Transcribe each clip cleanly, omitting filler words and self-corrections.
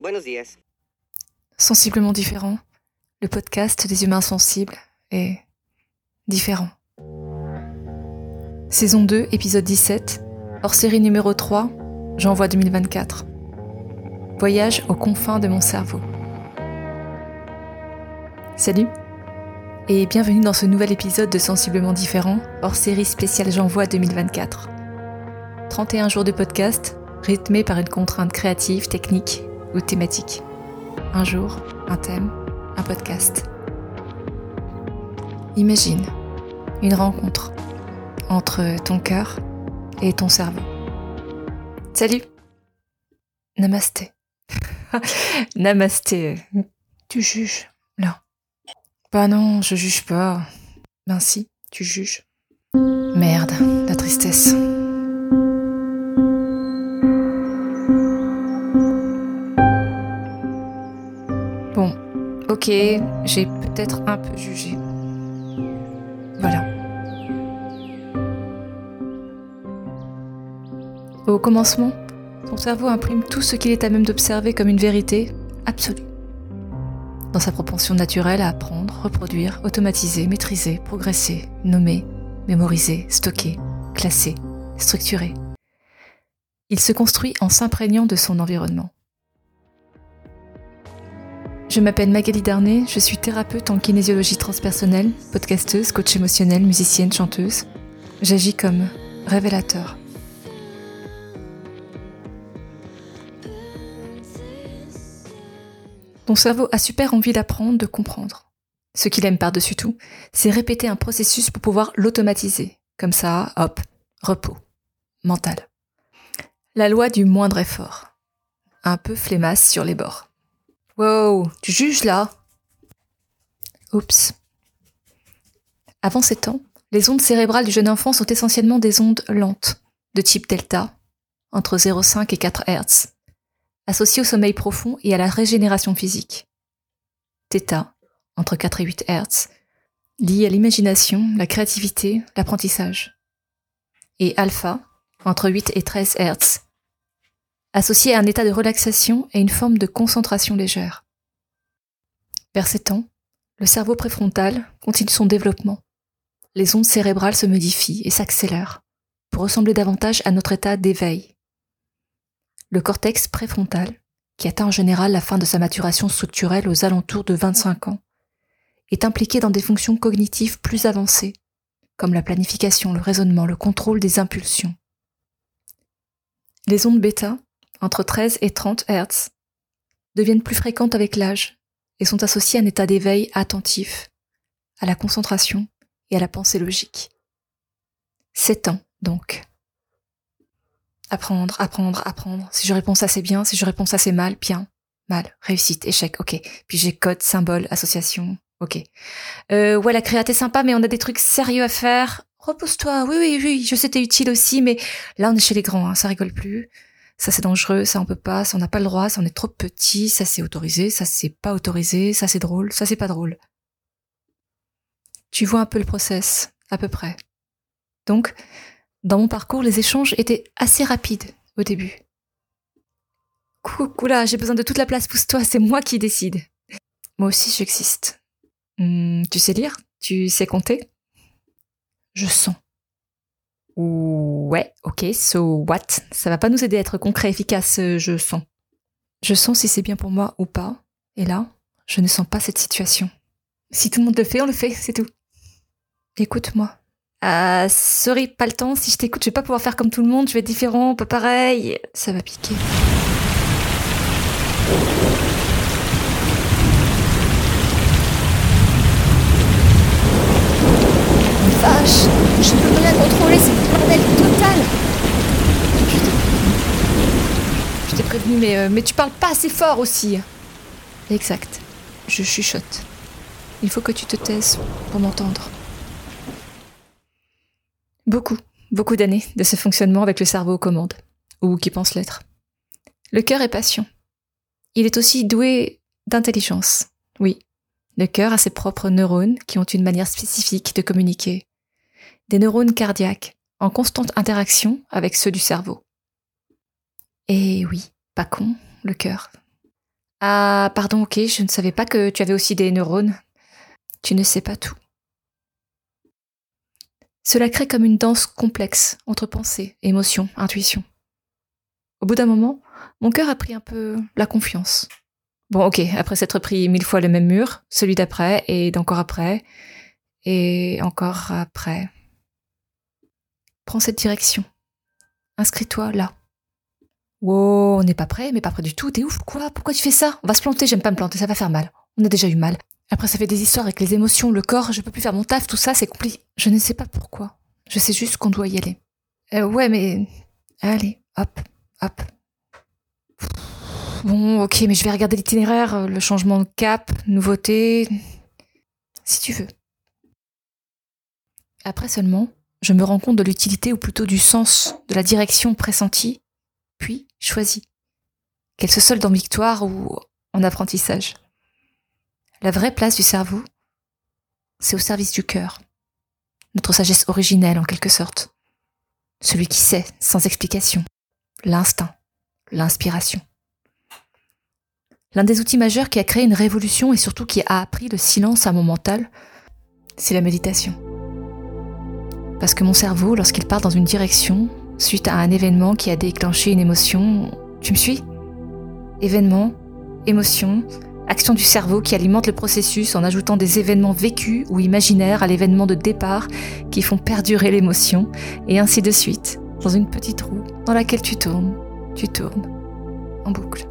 Buenos días. Sensiblement différent, le podcast des humains sensibles est différent. Saison 2, épisode 17, hors série numéro 3, J'envoie 2024. Voyage aux confins de mon cerveau. Salut et bienvenue dans ce nouvel épisode de Sensiblement différent, hors série spéciale J'envoie 2024. 31 jours de podcast, rythmés par une contrainte créative, technique ou thématique. Un jour, un thème, un podcast. Imagine une rencontre entre ton cœur et ton cerveau. Salut! Namasté. Namasté. Tu juges, là. Bah non, je juge pas. Ben si, tu juges. Merde, la tristesse. Bon, ok, j'ai peut-être un peu jugé. Voilà. Au commencement, ton cerveau imprime tout ce qu'il est à même d'observer comme une vérité absolue. Dans sa propension naturelle à apprendre, reproduire, automatiser, maîtriser, progresser, nommer, mémoriser, stocker, classer, structurer. Il se construit en s'imprégnant de son environnement. Je m'appelle Magali Darnay, je suis thérapeute en kinésiologie transpersonnelle, podcasteuse, coach émotionnelle, musicienne, chanteuse. J'agis comme révélateur. Ton cerveau a super envie d'apprendre, de comprendre. Ce qu'il aime par-dessus tout, c'est répéter un processus pour pouvoir l'automatiser. Comme ça, hop, repos, mental. La loi du moindre effort. Un peu flemmasse sur les bords. Wow, tu juges là? Oups. Avant 7 ans, les ondes cérébrales du jeune enfant sont essentiellement des ondes lentes, de type delta, entre 0,5 et 4 Hz, associées au sommeil profond et à la régénération physique. Theta, entre 4 et 8 Hz, liées à l'imagination, la créativité, l'apprentissage. Et alpha, entre 8 et 13 Hz, associé à un état de relaxation et une forme de concentration légère. Vers 7 ans, le cerveau préfrontal continue son développement. Les ondes cérébrales se modifient et s'accélèrent pour ressembler davantage à notre état d'éveil. Le cortex préfrontal, qui atteint en général la fin de sa maturation structurelle aux alentours de 25 ans, est impliqué dans des fonctions cognitives plus avancées, comme la planification, le raisonnement, le contrôle des impulsions. Les ondes bêta, entre 13 et 30 Hz, deviennent plus fréquentes avec l'âge et sont associées à un état d'éveil attentif, à la concentration et à la pensée logique. 7 ans, donc. Apprendre. Si je réponds ça, c'est bien. Si je réponds ça, c'est mal. Bien. Mal. Réussite. Échec. Ok. Puis j'ai code, symbole, association. Ok. Ouais, la créa, t'es sympa, mais on a des trucs sérieux à faire. Repose-toi. Oui. Je sais, t'es utile aussi, mais là, on est chez les grands, hein, ça rigole plus. Ça, c'est dangereux. Ça, on peut pas. Ça, on n'a pas le droit. Ça, on est trop petit. Ça, c'est autorisé. Ça, c'est pas autorisé. Ça, c'est drôle. Ça, c'est pas drôle. Tu vois un peu le process, à peu près. Donc, dans mon parcours, les échanges étaient assez rapides au début. Coucou là, j'ai besoin de toute la place, pousse-toi, c'est moi qui décide. Moi aussi, j'existe. Tu sais lire? Tu sais compter? Je sens. Ouais, ok, so what? Ça va pas nous aider à être concret, efficace, je sens. Je sens si c'est bien pour moi ou pas, et là, je ne sens pas cette situation. Si tout le monde le fait, on le fait, c'est tout. Écoute-moi. Sorry, pas le temps, si je t'écoute, je vais pas pouvoir faire comme tout le monde, je vais être différent, pas pareil. Ça va piquer. Vache, je ne peux rien contrôler, c'est le bordel total. Je t'ai prévenu, mais tu parles pas assez fort aussi. Exact, je chuchote. Il faut que tu te taises pour m'entendre. Beaucoup d'années de ce fonctionnement avec le cerveau aux commandes, ou qui pense l'être. Le cœur est patient. Il est aussi doué d'intelligence. Oui, le cœur a ses propres neurones qui ont une manière spécifique de communiquer. Des neurones cardiaques, en constante interaction avec ceux du cerveau. Et oui, pas con, le cœur. Ah, pardon, ok, je ne savais pas que tu avais aussi des neurones. Tu ne sais pas tout. Cela crée comme une danse complexe entre pensée, émotion, intuition. Au bout d'un moment, mon cœur a pris un peu la confiance. Bon, ok, après s'être pris 1000 fois le même mur, celui d'après, et d'encore après, et encore après. Prends cette direction. Inscris-toi là. Wow, on n'est pas prêt, mais pas prêt du tout. T'es ouf, quoi? Pourquoi tu fais ça? On va se planter, j'aime pas me planter, ça va faire mal. On a déjà eu mal. Après, ça fait des histoires avec les émotions, le corps, je peux plus faire mon taf, tout ça, c'est compliqué. Je ne sais pas pourquoi. Je sais juste qu'on doit y aller. Ouais, mais... Allez, hop, hop. Bon, ok, mais je vais regarder l'itinéraire, le changement de cap, nouveauté... Si tu veux. Après seulement, je me rends compte de l'utilité, ou plutôt du sens, de la direction pressentie, puis choisie. Qu'elle se solde en victoire ou en apprentissage. La vraie place du cerveau, c'est au service du cœur. Notre sagesse originelle, en quelque sorte. Celui qui sait, sans explication. L'instinct, l'inspiration. L'un des outils majeurs qui a créé une révolution et surtout qui a appris le silence à mon mental, c'est la méditation. Parce que mon cerveau, lorsqu'il part dans une direction, suite à un événement qui a déclenché une émotion, tu me suis ? Événement, émotion, action du cerveau qui alimente le processus en ajoutant des événements vécus ou imaginaires à l'événement de départ qui font perdurer l'émotion, et ainsi de suite, dans une petite roue dans laquelle tu tournes, en boucle.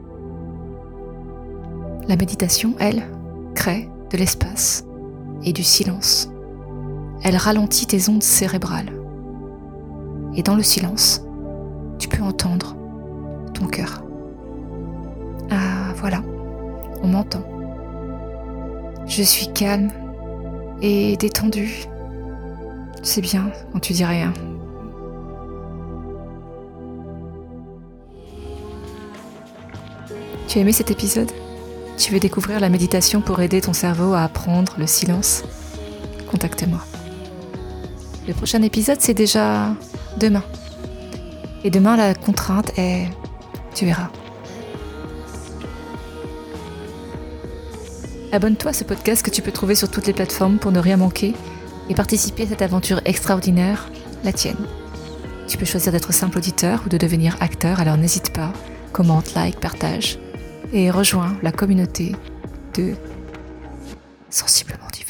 La méditation, elle, crée de l'espace et du silence. Elle ralentit tes ondes cérébrales. Et dans le silence, tu peux entendre ton cœur. Ah, voilà, on m'entend. Je suis calme et détendue. C'est bien quand tu dis rien. Tu as aimé cet épisode ? Tu veux découvrir la méditation pour aider ton cerveau à apprendre le silence ? Contacte-moi. Le prochain épisode, c'est déjà demain. Et demain, la contrainte est... Tu verras. Abonne-toi à ce podcast que tu peux trouver sur toutes les plateformes pour ne rien manquer et participer à cette aventure extraordinaire, la tienne. Tu peux choisir d'être simple auditeur ou de devenir acteur, alors n'hésite pas, commente, like, partage et rejoins la communauté de Sensiblement Différents.